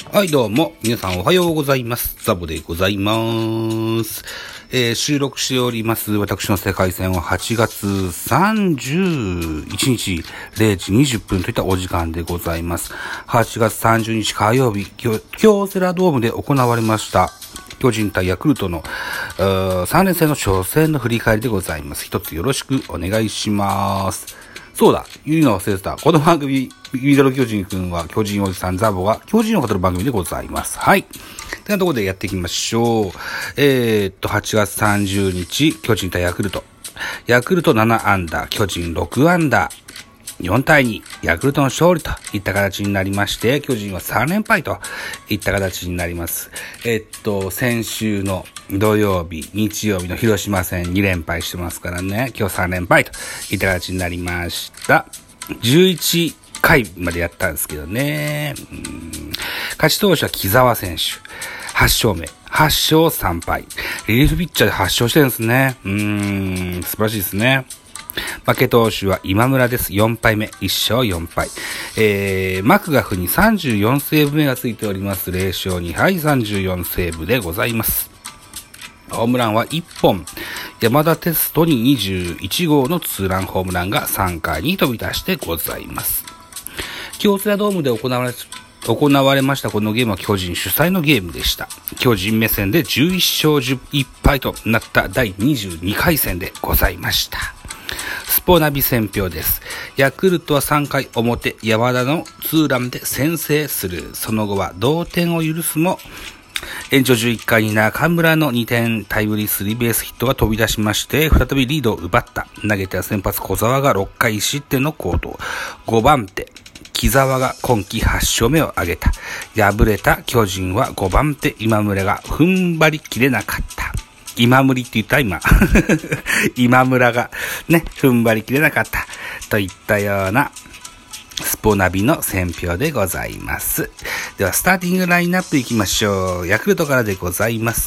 はい、どうも。皆さんおはようございます。ザボでございます。収録しております。私の世界線は8月31日0時20分といったお時間でございます。8月30日火曜日、京セラドームで行われました。巨人対ヤクルトの3連戦の初戦の振り返りでございます。一つよろしくお願いします。そうだ、言うの忘れてた。この番組、ミドル巨人くんは巨人おじさんザボが巨人を語る番組でございます。はい。というところでやっていきましょう。8月30日、巨人対ヤクルト。ヤクルト7アンダー、巨人6アンダー。4対2、ヤクルトの勝利といった形になりまして、巨人は3連敗といった形になります。先週の土曜日、日曜日の広島戦2連敗してますからね、今日3連敗といった形になりました。11回までやったんですけどね。勝ち投手は木澤選手。8勝目。8勝3敗。リリーフピッチャーで8勝してるんですね。素晴らしいですね。負け投手は今村です。4敗目。1勝4敗。マクガフに34セーブ目がついております。0勝2敗34セーブでございます。ホームランは1本。山田テストに21号のツーランホームランが3回に飛び出してございます。京セラドームで行われましたこのゲームは巨人主催のゲームでした。巨人目線で11勝11敗となった第22回戦でございました。スポナビ戦評です。ヤクルトは3回表、山田のツーランで先制する。その後は同点を許すも、延長11回に中村の2点タイムリースリーベースヒットが飛び出しまして、再びリードを奪った。投げては先発小沢が6回1失点の好投。5番手、木澤が今季8勝目を挙げた。敗れた巨人は5番手今村が踏ん張りきれなかった。今村って言った今。今村がね、踏ん張りきれなかった。といったような、スポナビの選評でございます。では、スターティングラインナップいきましょう。ヤクルトからでございます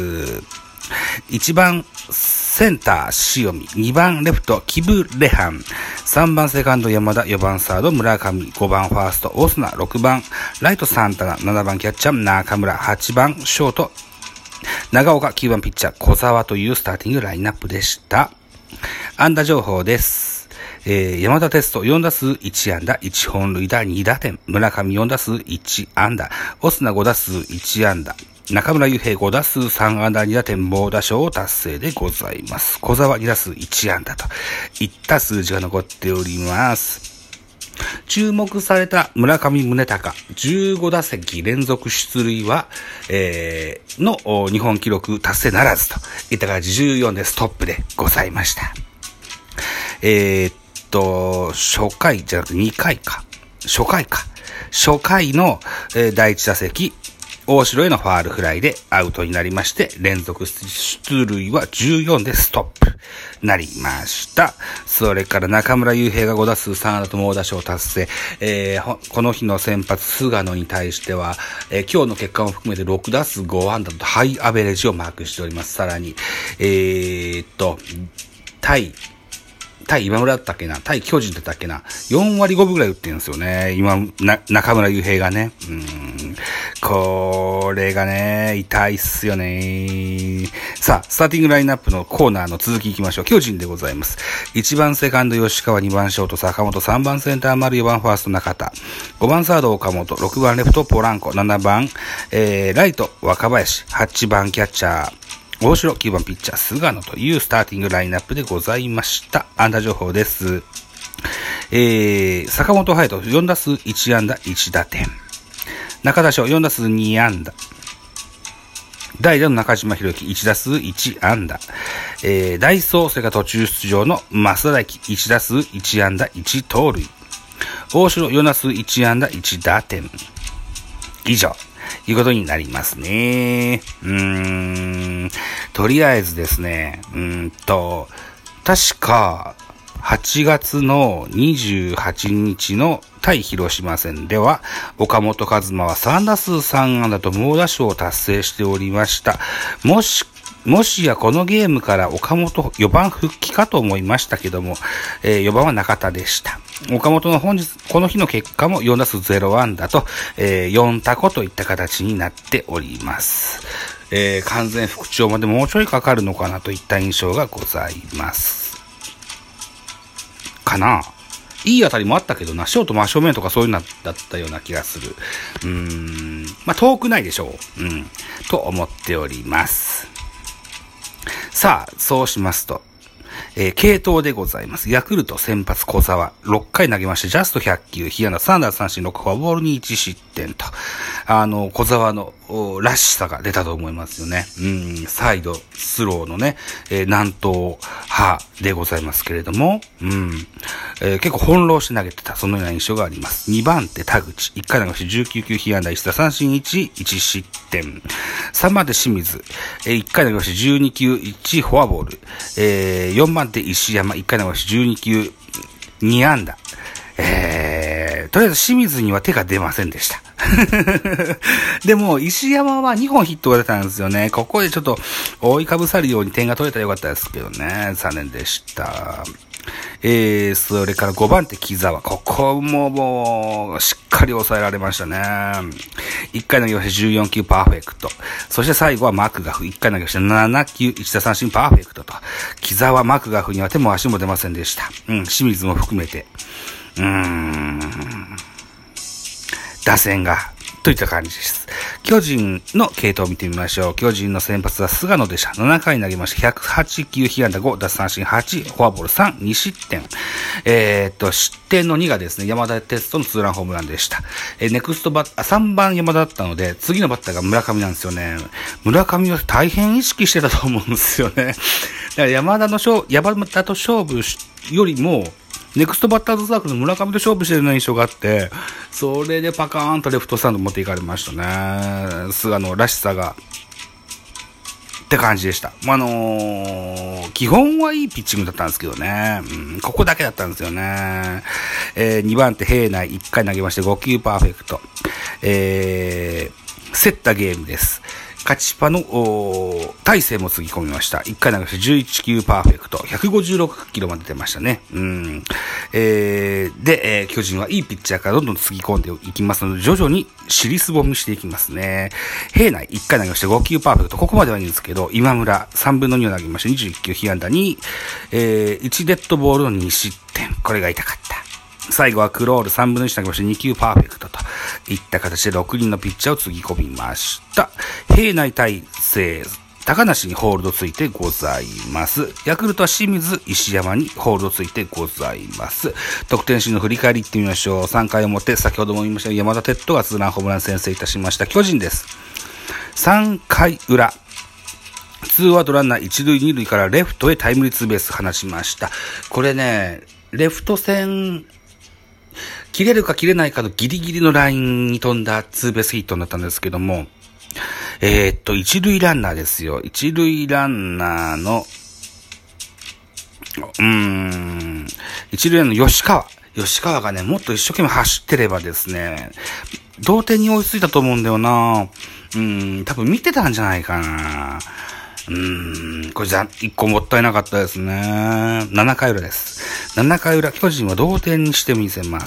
。1番、センター、塩見。2番、レフト、キブレハン。3番、セカンド、山田。4番、サード、村上。5番、ファースト、オスナ。6番、ライト、サンタナ。7番、キャッチャー、中村。8番、ショート、長岡。9番、ピッチャー、小沢というスターティングラインナップでした。安打情報です。山田テスト4打数1安打1本塁打2打点。村上4打数1安打。オスナ5打数1安打。中村悠平5打数3安打2打点猛打賞を達成でございます。小沢2打数1安打といった数字が残っております。注目された村上宗隆15打席連続出塁は、の日本記録達成ならずといった形14でストップでございました。初回じゃなくて2回か。初回の、第1打席、大城へのファールフライでアウトになりまして、連続出塁は14でストップなりました。それから中村悠平が5打数3安打と猛打賞達成。この日の先発菅野に対しては、今日の結果も含めて6打数5安打とハイアベレージをマークしております。さらに、対今村だったっけな、対巨人だったっけな、4割5分ぐらい打ってるんですよね。中村悠平がね。これがね、痛いっすよね。さあ、スターティングラインナップのコーナーの続きいきましょう。巨人でございます。1番セカンド吉川、2番ショート坂本、3番センター丸、4番ファースト中田、5番サード岡本、6番レフトポランコ、7番、ライト若林、8番キャッチャー、大城、9番ピッチャー菅野というスターティングラインナップでございました。安打情報です。坂本勇人4打数1安打1打点。中田翔4打数2安打。代打の中島博樹1打数1安打。ダイソー、それから途中出場の増田大輝1打数1安打1盗塁。大城4打数1安打1打点。以上。いうことになりますね。とりあえずですね、確か、8月の28日の対広島戦では、岡本和真は3打数3安打と猛打賞を達成しておりました。もしもしやこのゲームから岡本4番復帰かと思いましたけども、4番は中田でした。岡本のこの日の結果も4打数0安打と、4タコといった形になっております。完全復調までもうちょいかかるのかなといった印象がございます。かな。いい当たりもあったけどな、ショート真正面とかそういうのだったような気がする。遠くないでしょう。と思っております。さあ、そうしますと、継投でございます。ヤクルト先発小沢、6回投げまして、ジャスト100球、被安打3奪三振6フォアボールに1失点と、小沢のらしさが出たと思いますよね。サイド、スローのね、南東派でございますけれども、結構翻弄して投げてた、そのような印象があります。2番手、田口、1回投げまして19球、被安打1打三振1失点。3番手、清水、1回投げまして12球、1フォアボール。4番手、石山、1回投げまして12球、2安打。とりあえず清水には手が出ませんでした。でも、石山は2本ヒットが出たんですよね。ここでちょっと覆いかぶさるように点が取れたらよかったですけどね。残念でした。それから5番手木澤。ここももう、しっかり抑えられましたね。1回投げまして14球パーフェクト。そして最後はマクガフ。1回投げまして7球1打三振パーフェクトと。木澤マクガフには手も足も出ませんでした。清水も含めて。打線が、といった感じです。巨人の系統を見てみましょう。巨人の先発は菅野でした。7回投げまして、108球、被安打5、奪三振8、フォアボール3、2失点。失点の2がですね、山田哲人のツーランホームランでした。ネクストバッター、3番山田だったので、次のバッターが村上なんですよね。村上は大変意識してたと思うんですよね。だから山田と勝負よりも、ネクストバッターズサークルの村上と勝負してるような印象があって、それでパカーンとレフトスタンド持っていかれましたね。菅野らしさが。って感じでした。基本はいいピッチングだったんですけどね。ここだけだったんですよね。2番手平内1回投げまして5球パーフェクト。競ったゲームです。勝ちパの大勢もつぎ込みました。1回投げして11球パーフェクト。156キロまで出ましたね。で、巨人はいいピッチャーからどんどんつぎ込んでいきますので、徐々に尻すぼみしていきますね。平内1回投げして5球パーフェクト。ここまではいいんですけど、今村3分の2を投げまして21球被安打に、1デッドボールの2失点。これが痛かった。最後はクロール3分の1投げまして2球パーフェクトといった形で6人のピッチャーをつぎ込みました。平内大勢、高梨にホールドついてございます。ヤクルトは清水、石山にホールドついてございます。得点シーンの振り返りいってみましょう。3回表、先ほども言いました山田哲人がツーランホームラン先制いたしました巨人です。3回裏。ツーアウトランナー1塁2塁からレフトへタイムリーツーベース放ちました。これね、レフト線、切れるか切れないかのギリギリのラインに飛んだツーベースヒットになったんですけども、一塁ランナーですよ。一塁ランナーの、一塁ランナーの吉川がね、もっと一生懸命走ってればですね、同点に追いついたと思うんだよな。多分見てたんじゃないかな。これ一個もったいなかったですね。7回裏です。7回裏、巨人は同点にしてみせます。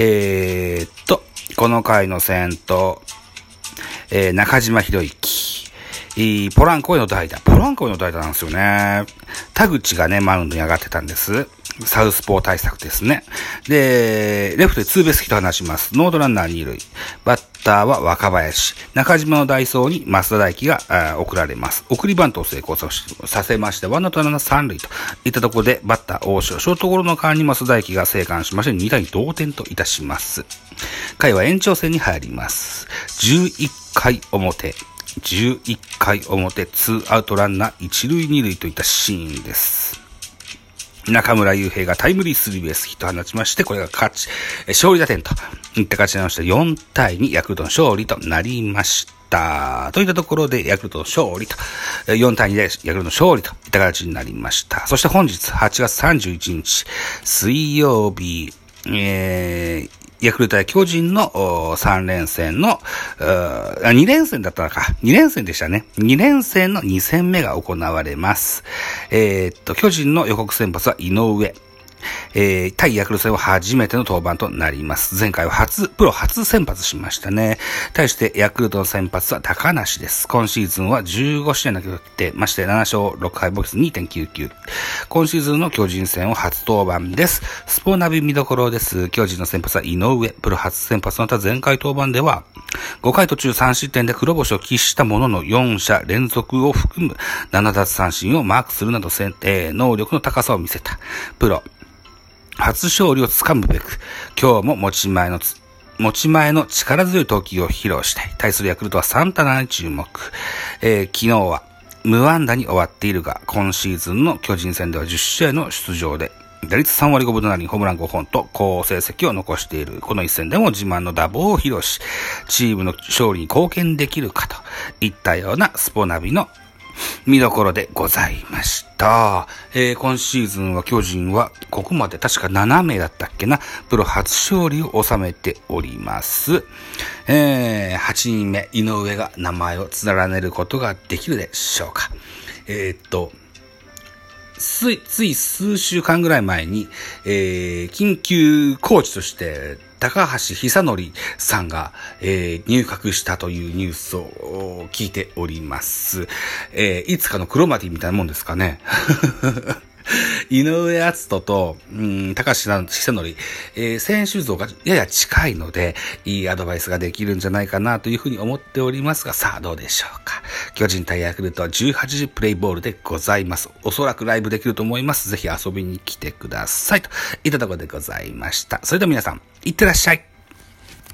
この回の先頭、中島博之、ポランコへの代打なんですよね。田口がね、マウンドに上がってたんです。サウスポー対策ですね。で、レフトでツーベースヒット放します。ノードランナー2塁。バッターは若林。中島の代走に増田大輝が送られます。送りバントを成功させまして、ワンアウトランナー3塁といったところで、バッター大城。ショートゴロの間に増田大輝が生還しまして、2対同点といたします。回は延長戦に入ります。11回表、ツーアウトランナー1塁2塁といったシーンです。中村悠平がタイムリースリーベースヒットを放ちまして、これが勝利打点といった形になりまして、4対2、ヤクルトの勝利となりました。といったところで、ヤクルトの勝利と、4対2でヤクルトの勝利といった形になりました。そして本日、8月31日、水曜日、 ヤクルトや巨人の3連戦の、2連戦だったのか。2連戦でしたね。2連戦の2戦目が行われます。巨人の予告先発は井上。対ヤクルト戦は初めての登板となります。前回はプロ初先発しましたね。対してヤクルトの先発は高梨です。今シーズンは15試合投げてまして7勝6敗防御率 2.99。今シーズンの巨人戦は初登板です。スポナビ見どころです。巨人の先発は井上。プロ初先発の他前回登板では5回途中3失点で黒星を喫したものの4者連続を含む7奪三振をマークするなど能力の高さを見せた。プロ初勝利をつかむべく、今日も持ち前の力強い投球を披露したい。対するヤクルトはサンタナに注目。昨日は無安打に終わっているが、今シーズンの巨人戦では10試合の出場で、打率3割5分となりホームラン5本と好成績を残している。この一戦でも自慢の打棒を披露し、チームの勝利に貢献できるかといったようなスポナビの見どころでございました。今シーズンは巨人はここまで確か7名だったっけな、プロ初勝利を収めております。8人目井上が名前を連ねることができるでしょうか。つい数週間ぐらい前に、緊急コーチとして高橋久典さんが、入閣したというニュースを聞いております。いつかのクロマティみたいなもんですかね。井上篤人と、高橋久典、選手像がやや近いので、いいアドバイスができるんじゃないかなというふうに思っておりますが、さあどうでしょうか。巨人対ヤクルトは18時プレイボールでございます。おそらくライブできると思います。ぜひ遊びに来てください。といったところでございました。それでは皆さん、いってらっしゃい。